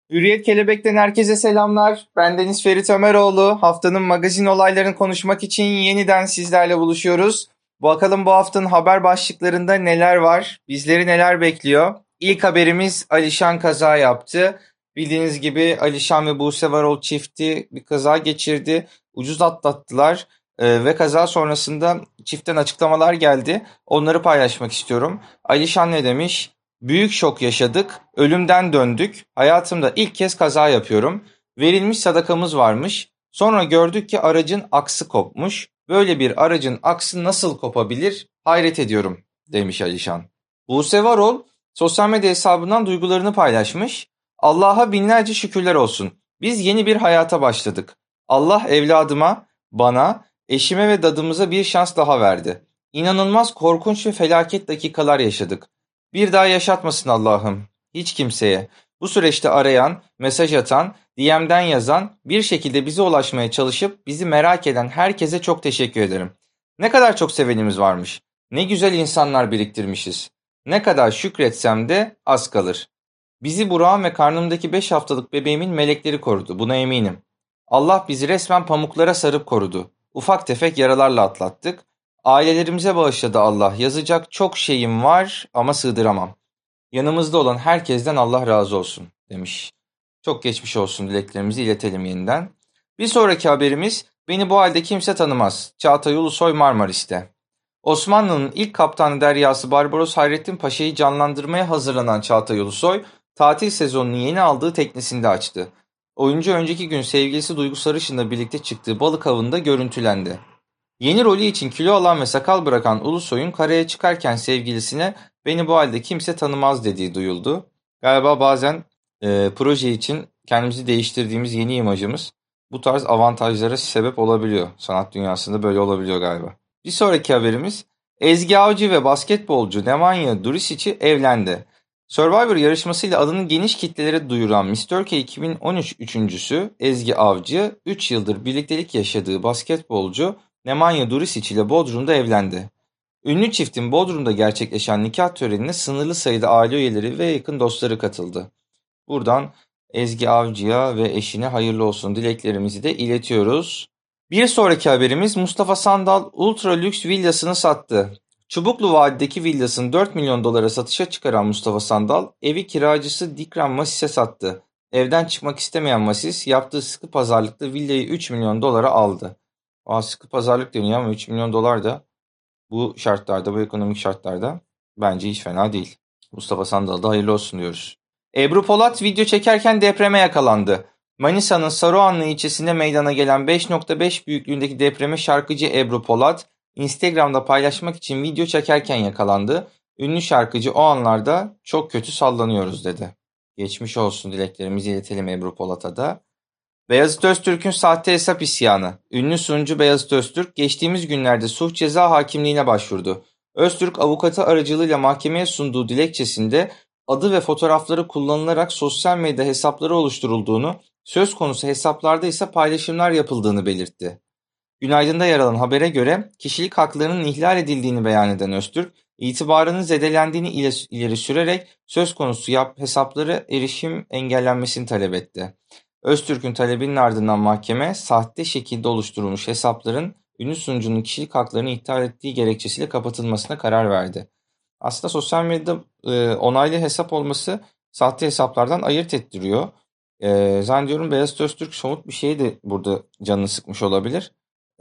Hürriyet Kelebek'ten herkese selamlar. Ben Deniz Ferit Ömeroğlu. Haftanın magazin olaylarını konuşmak için yeniden sizlerle buluşuyoruz. Bakalım bu haftanın haber başlıklarında neler var? Bizleri neler bekliyor? İlk haberimiz Alişan kaza yaptı. Bildiğiniz gibi Alişan ve Buse Varol çifti bir kaza geçirdi. Ucuz atlattılar. Ve kaza sonrasında çiftten açıklamalar geldi. Onları paylaşmak istiyorum. Alişan ne demiş? Büyük şok yaşadık, ölümden döndük. Hayatımda ilk kez kaza yapıyorum. Verilmiş sadakamız varmış. Sonra gördük ki aracın aksı kopmuş. Böyle bir aracın aksı nasıl kopabilir? Hayret ediyorum, demiş Alişan. Buse Varol sosyal medya hesabından duygularını paylaşmış. Allah'a binlerce şükürler olsun. Biz yeni bir hayata başladık. Allah evladıma, bana, eşime ve dadımıza bir şans daha verdi. İnanılmaz korkunç ve felaket dakikalar yaşadık. Bir daha yaşatmasın Allah'ım. Hiç kimseye. Bu süreçte arayan, mesaj atan, DM'den yazan, bir şekilde bize ulaşmaya çalışıp bizi merak eden herkese çok teşekkür ederim. Ne kadar çok sevenimiz varmış. Ne güzel insanlar biriktirmişiz. Ne kadar şükretsem de az kalır. Bizi Burak'ın ve karnımdaki 5 haftalık bebeğimin melekleri korudu. Buna eminim. Allah bizi resmen pamuklara sarıp korudu. Ufak tefek yaralarla atlattık. Ailelerimize bağışladı Allah. Yazacak çok şeyim var ama sığdıramam. Yanımızda olan herkesten Allah razı olsun, demiş. Çok geçmiş olsun dileklerimizi iletelim yeniden. Bir sonraki haberimiz beni bu halde kimse tanımaz. Çağatay Ulusoy Marmaris'te. Osmanlı'nın ilk kaptanı deryası Barbaros Hayrettin Paşa'yı canlandırmaya hazırlanan Çağatay Ulusoy, tatil sezonunu yeni aldığı teknesinde açtı. Oyuncu önceki gün sevgilisi Duygu Sarışın'la birlikte çıktığı balık avında görüntülendi. Yeni rolü için kilo alan ve sakal bırakan Ulusoy'un karaya çıkarken sevgilisine "Beni bu halde kimse tanımaz" dediği duyuldu. Galiba bazen proje için kendimizi değiştirdiğimiz yeni imajımız bu tarz avantajlara sebep olabiliyor. Sanat dünyasında böyle olabiliyor galiba. Bir sonraki haberimiz Ezgi Avcı ve basketbolcu Nemanja Durisic evlendi. Survivor yarışmasıyla adını geniş kitlelere duyuran Miss Turkey 2013 üçüncüsü Ezgi Avcı, 3 yıldır birliktelik yaşadığı basketbolcu Nemanja Durisic ile Bodrum'da evlendi. Ünlü çiftin Bodrum'da gerçekleşen nikah törenine sınırlı sayıda aile üyeleri ve yakın dostları katıldı. Buradan Ezgi Avcı'ya ve eşine hayırlı olsun dileklerimizi de iletiyoruz. Bir sonraki haberimiz Mustafa Sandal ultra lüks villasını sattı. Çubuklu Vadi'deki villasını 4 milyon dolara satışa çıkaran Mustafa Sandal, evi kiracısı Dikran Masis'e sattı. Evden çıkmak istemeyen Masis, yaptığı sıkı pazarlıkla villayı 3 milyon dolara aldı. Sıkı pazarlık deniyor ama 3 milyon dolar da bu şartlarda, bu ekonomik şartlarda bence hiç fena değil. Mustafa Sandal'a da hayırlı olsun diyoruz. Ebru Polat video çekerken depreme yakalandı. Manisa'nın Saruhanlı ilçesinde meydana gelen 5.5 büyüklüğündeki depreme şarkıcı Ebru Polat, Instagram'da paylaşmak için video çekerken yakalandı. Ünlü şarkıcı o anlarda "çok kötü sallanıyoruz" dedi. Geçmiş olsun dileklerimizi iletelim Ebru Polat'a da. Beyazıt Öztürk'ün sahte hesap isyanı. Ünlü sunucu Beyazıt Öztürk geçtiğimiz günlerde Suç Ceza Hakimliğine başvurdu. Öztürk avukatı aracılığıyla mahkemeye sunduğu dilekçesinde adı ve fotoğrafları kullanılarak sosyal medya hesapları oluşturulduğunu, söz konusu hesaplarda ise paylaşımlar yapıldığını belirtti. Günaydın'da yer alan habere göre kişilik haklarının ihlal edildiğini beyan eden Öztürk, itibarının zedelendiğini ileri sürerek söz konusu hesaplara erişim engellenmesini talep etti. Öztürk'ün talebinin ardından mahkeme, sahte şekilde oluşturulmuş hesapların ünlü sunucunun kişilik haklarını ihlal ettiği gerekçesiyle kapatılmasına karar verdi. Aslında sosyal medyada onaylı hesap olması sahte hesaplardan ayırt ettiriyor. Zannediyorum Beyazıt Öztürk somut bir şey de burada canını sıkmış olabilir.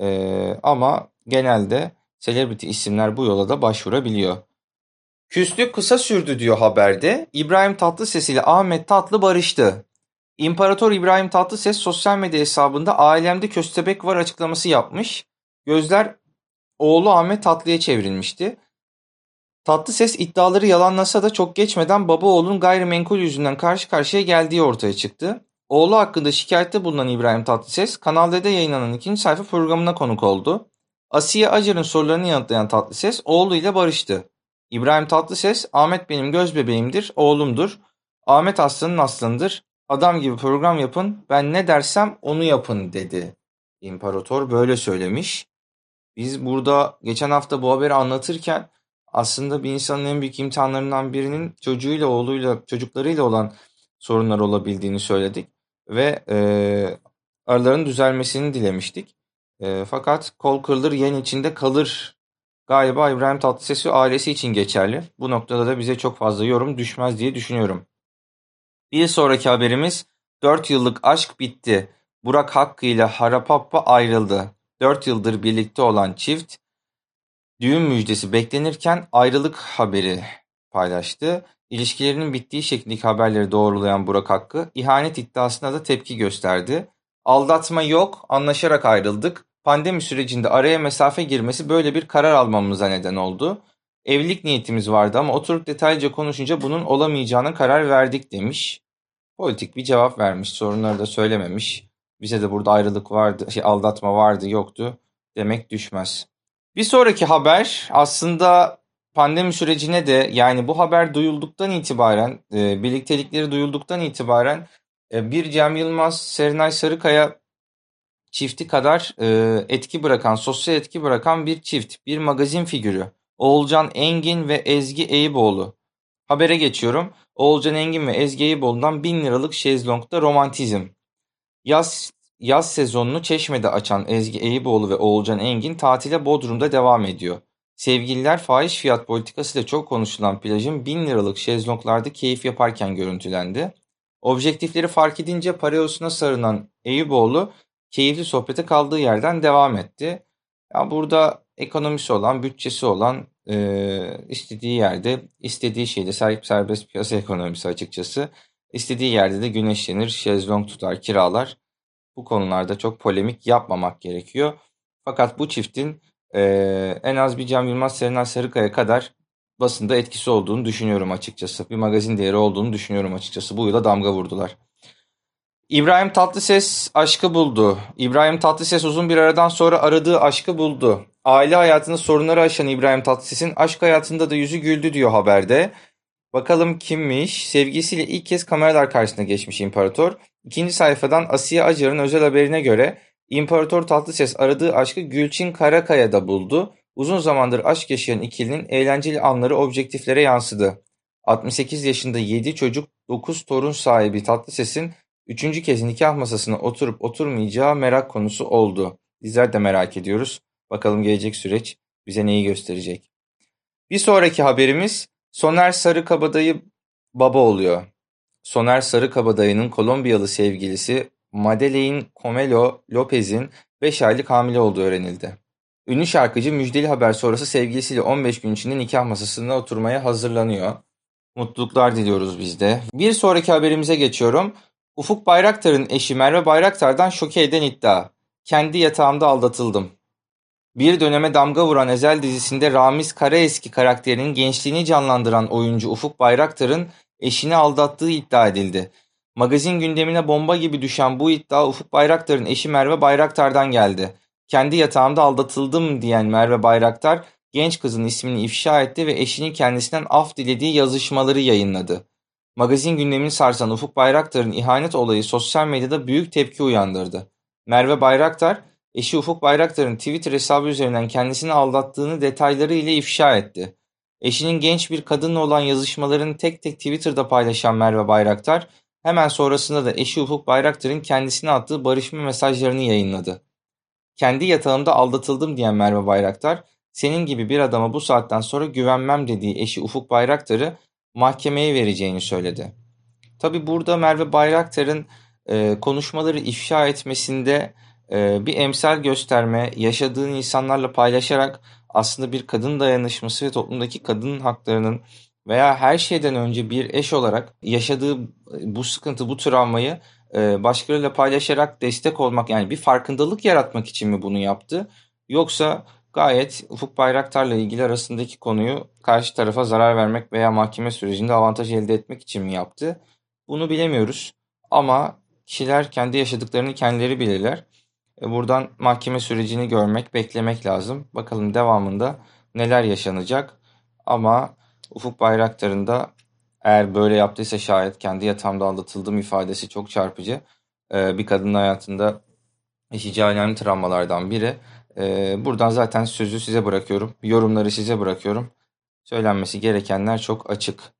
Ama genelde celebrity isimler bu yola da başvurabiliyor. Küslük kısa sürdü diyor haberde. İbrahim Tatlıses ile Ahmet Tatlı barıştı. İmparator İbrahim Tatlıses sosyal medya hesabında "ailemde köstebek var" açıklaması yapmış. Gözler oğlu Ahmet Tatlı'ya çevrilmişti. Tatlıses iddiaları yalanlasa da çok geçmeden baba oğlun gayrimenkul yüzünden karşı karşıya geldiği ortaya çıktı. Oğlu hakkında şikayette bulunan İbrahim Tatlıses, Kanal D'de yayınlanan ikinci sayfa programına konuk oldu. Asiye Acar'ın sorularını yanıtlayan Tatlıses, oğluyla barıştı. İbrahim Tatlıses, "Ahmet benim göz bebeğimdir, oğlumdur. Ahmet aslanın aslanıdır. Adam gibi program yapın, ben ne dersem onu yapın" dedi. İmparator böyle söylemiş. Biz burada geçen hafta bu haberi anlatırken aslında bir insanın en büyük imtihanlarından birinin çocuğuyla, oğluyla, çocuklarıyla olan sorunlar olabildiğini söyledik ve araların düzelmesini dilemiştik. Fakat kol kırılır yen içinde kalır galiba İbrahim Tatlıses ve ailesi için geçerli. Bu noktada da bize çok fazla yorum düşmez diye düşünüyorum. Bir sonraki haberimiz 4 yıllık aşk bitti. Burak Hakkı ile Harapapa ayrıldı. 4 yıldır birlikte olan çift düğün müjdesi beklenirken ayrılık haberi paylaştı. İlişkilerinin bittiği şeklindeki haberleri doğrulayan Burak Hakkı, ihanet iddiasına da tepki gösterdi. Aldatma yok, anlaşarak ayrıldık. Pandemi sürecinde araya mesafe girmesi böyle bir karar almamıza neden oldu. Evlilik niyetimiz vardı ama oturup detaylıca konuşunca bunun olamayacağına karar verdik demiş. Politik bir cevap vermiş, sorunları da söylememiş. Bize de burada ayrılık vardı, aldatma vardı, yoktu demek düşmez. Bir sonraki haber aslında pandemi sürecine de, yani bu haber duyulduktan itibaren, birliktelikleri duyulduktan itibaren bir Cem Yılmaz, Serenay Sarıkaya çifti kadar etki bırakan, sosyal etki bırakan bir çift, bir magazin figürü. Oğulcan Engin ve Ezgi Eyüboğlu. Habere geçiyorum. Oğulcan Engin ve Ezgi Eyüboğlu'ndan 1.000 liralık şezlongda romantizm. Yaz sezonunu Çeşme'de açan Ezgi Eyüboğlu ve Oğulcan Engin tatile Bodrum'da devam ediyor. Sevgililer fahiş fiyat politikasıyla çok konuşulan plajın 1.000 liralık şezlonglarda keyif yaparken görüntülendi. Objektifleri fark edince pareosuna sarılan Eyüboğlu keyifli sohbete kaldığı yerden devam etti. Ya burada ekonomisi olan, bütçesi olan, istediği yerde, istediği şeyde serbest piyasa ekonomisi açıkçası. İstediği yerde de güneşlenir, şezlong tutar, kiralar. Bu konularda çok polemik yapmamak gerekiyor. Fakat bu çiftin en az bir Cem Yılmaz, Serenay Sarıkaya kadar basında etkisi olduğunu düşünüyorum açıkçası. Bir magazin değeri olduğunu düşünüyorum açıkçası. Bu yıla damga vurdular. İbrahim Tatlıses aşkı buldu. İbrahim Tatlıses uzun bir aradan sonra aradığı aşkı buldu. Aile hayatında sorunları aşan İbrahim Tatlıses'in aşk hayatında da yüzü güldü diyor haberde. Bakalım kimmiş? Sevgisiyle ilk kez kameralar karşısına geçmiş İmparator. İkinci sayfadan Asiye Acar'ın özel haberine göre İmparator Tatlıses aradığı aşkı Gülçin Karakaya'da buldu. Uzun zamandır aşk yaşayan ikilinin eğlenceli anları objektiflere yansıdı. 68 yaşında 7 çocuk 9 torun sahibi Tatlıses'in üçüncü kez nikah masasına oturup oturmayacağı merak konusu oldu. Bizler de merak ediyoruz. Bakalım gelecek süreç bize neyi gösterecek. Bir sonraki haberimiz Soner Sarıkabadayı baba oluyor. Soner Sarıkabadayı'nın Kolombiyalı sevgilisi Madeleine Comelo Lopez'in 5 aylık hamile olduğu öğrenildi. Ünlü şarkıcı müjdeli haber sonrası sevgilisiyle 15 gün içinde nikah masasına oturmaya hazırlanıyor. Mutluluklar diliyoruz biz de. Bir sonraki haberimize geçiyorum. Ufuk Bayraktar'ın eşi Merve Bayraktar'dan şoke eden iddia. Kendi yatağımda aldatıldım. Bir döneme damga vuran Ezel dizisinde Ramiz Karaeski karakterinin gençliğini canlandıran oyuncu Ufuk Bayraktar'ın eşini aldattığı iddia edildi. Magazin gündemine bomba gibi düşen bu iddia Ufuk Bayraktar'ın eşi Merve Bayraktar'dan geldi. Kendi yatağımda aldatıldım diyen Merve Bayraktar, genç kızın ismini ifşa etti ve eşinin kendisinden af dilediği yazışmaları yayınladı. Magazin gündemini sarsan Ufuk Bayraktar'ın ihanet olayı sosyal medyada büyük tepki uyandırdı. Merve Bayraktar, eşi Ufuk Bayraktar'ın Twitter hesabı üzerinden kendisini aldattığını detayları ile ifşa etti. Eşinin genç bir kadınla olan yazışmalarını tek tek Twitter'da paylaşan Merve Bayraktar, hemen sonrasında da eşi Ufuk Bayraktar'ın kendisine attığı barışma mesajlarını yayınladı. Kendi yatağımda aldatıldım diyen Merve Bayraktar, senin gibi bir adama bu saatten sonra güvenmem dediği eşi Ufuk Bayraktar'ı mahkemeye vereceğini söyledi. Tabii burada Merve Bayraktar'ın konuşmaları ifşa etmesinde bir emsal gösterme, yaşadığın insanlarla paylaşarak aslında bir kadın dayanışması ve toplumdaki kadın haklarının veya her şeyden önce bir eş olarak yaşadığı bu sıkıntı, bu travmayı başkalarıyla paylaşarak destek olmak, yani bir farkındalık yaratmak için mi bunu yaptı? Yoksa gayet Ufuk Bayraktar'la ilgili arasındaki konuyu karşı tarafa zarar vermek veya mahkeme sürecinde avantaj elde etmek için mi yaptı? Bunu bilemiyoruz ama kişiler kendi yaşadıklarını kendileri bilirler. Buradan mahkeme sürecini görmek, beklemek lazım. Bakalım devamında neler yaşanacak. Ama Ufuk Bayraktar'ın da eğer böyle yaptıysa şayet kendi yatağımda aldatıldım ifadesi çok çarpıcı. Bir kadının hayatında yaşayacağı önemli travmalardan biri. Buradan zaten sözü size bırakıyorum. Yorumları size bırakıyorum. Söylenmesi gerekenler çok açık.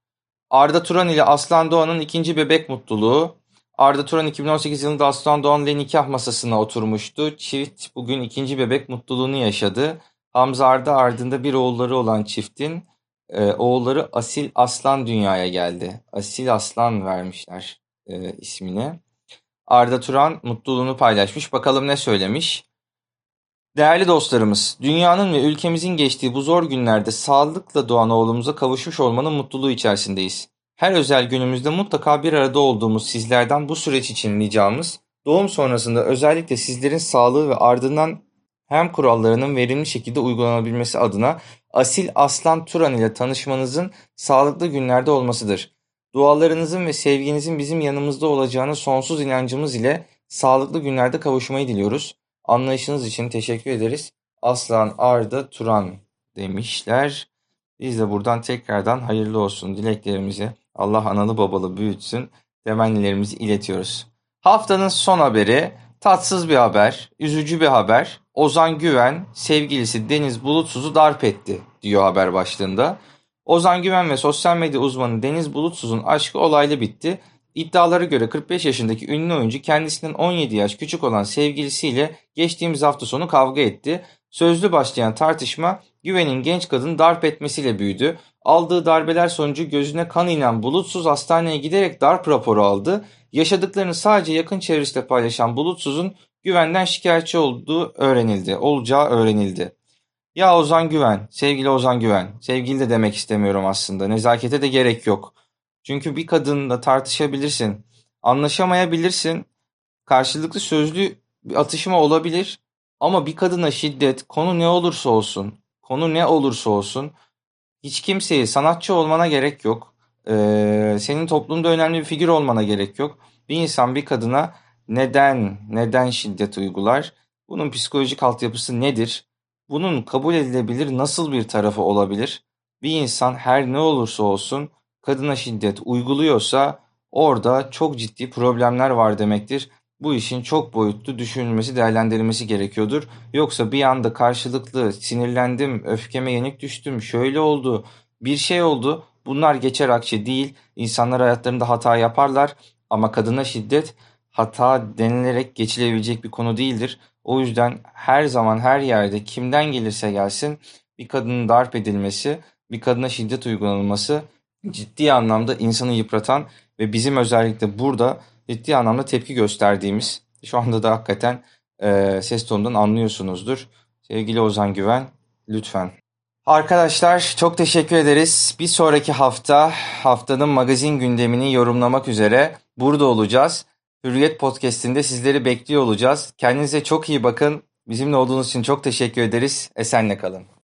Arda Turan ile Aslan Doğan'ın ikinci bebek mutluluğu. Arda Turan 2018 yılında Aslan Doğan ile nikah masasına oturmuştu. Çift bugün ikinci bebek mutluluğunu yaşadı. Hamza Arda ardında bir oğulları olan çiftin oğulları Asil Aslan dünyaya geldi. Asil Aslan vermişler ismini. Arda Turan mutluluğunu paylaşmış. Bakalım ne söylemiş? Değerli dostlarımız, dünyanın ve ülkemizin geçtiği bu zor günlerde sağlıkla doğan oğlumuza kavuşmuş olmanın mutluluğu içerisindeyiz. Her özel günümüzde mutlaka bir arada olduğumuz sizlerden bu süreç için ricamız, doğum sonrasında özellikle sizlerin sağlığı ve ardından hem kurallarının verimli şekilde uygulanabilmesi adına Asil Aslan Turan ile tanışmanızın sağlıklı günlerde olmasıdır. Dualarınızın ve sevginizin bizim yanımızda olacağını sonsuz inancımız ile sağlıklı günlerde kavuşmayı diliyoruz. Anlayışınız için teşekkür ederiz. Aslan Arda Turan demişler. Biz de buradan tekrardan hayırlı olsun dileklerimizi Allah analı babalı büyütsün temennilerimizi iletiyoruz. Haftanın son haberi tatsız bir haber, üzücü bir haber. Ozan Güven sevgilisi Deniz Bulutsuz'u darp etti diyor haber başlığında. Ozan Güven ve sosyal medya uzmanı Deniz Bulutsuz'un aşkı olaylı bitti. İddialara göre 45 yaşındaki ünlü oyuncu kendisinden 17 yaş küçük olan sevgilisiyle geçtiğimiz hafta sonu kavga etti. Sözlü başlayan tartışma Güven'in genç kadını darp etmesiyle büyüdü. Aldığı darbeler sonucu gözüne kan inen Bulutsuz hastaneye giderek darp raporu aldı. Yaşadıklarını sadece yakın çevresiyle paylaşan Bulutsuz'un Güven'den şikayetçi olacağı öğrenildi. Ya Ozan Güven, sevgili Ozan Güven, sevgili de demek istemiyorum aslında. Nezakete de gerek yok. Çünkü bir kadınla tartışabilirsin, anlaşamayabilirsin, karşılıklı sözlü bir atışma olabilir. Ama bir kadına şiddet, konu ne olursa olsun, hiç kimseyi sanatçı olmana gerek yok. Senin toplumda önemli bir figür olmana gerek yok. Bir insan bir kadına neden şiddet uygular? Bunun psikolojik altyapısı nedir? Bunun kabul edilebilir nasıl bir tarafı olabilir? Bir insan her ne olursa olsun kadına şiddet uyguluyorsa orada çok ciddi problemler var demektir. Bu işin çok boyutlu düşünülmesi, değerlendirilmesi gerekiyordur. Yoksa bir anda karşılıklı sinirlendim, öfkeme yenik düştüm, şöyle oldu, bir şey oldu. Bunlar geçer akçe değil. İnsanlar hayatlarında hata yaparlar ama kadına şiddet hata denilerek geçilebilecek bir konu değildir. O yüzden her zaman her yerde kimden gelirse gelsin bir kadının darp edilmesi, bir kadına şiddet uygulanması ciddi anlamda insanı yıpratan ve bizim özellikle burada ciddi anlamda tepki gösterdiğimiz, şu anda da hakikaten ses tonundan anlıyorsunuzdur. Sevgili Ozan Güven, lütfen. Arkadaşlar çok teşekkür ederiz. Bir sonraki haftanın magazin gündemini yorumlamak üzere burada olacağız. Hürriyet Podcast'inde sizleri bekliyor olacağız. Kendinize çok iyi bakın. Bizimle olduğunuz için çok teşekkür ederiz. Esenle kalın.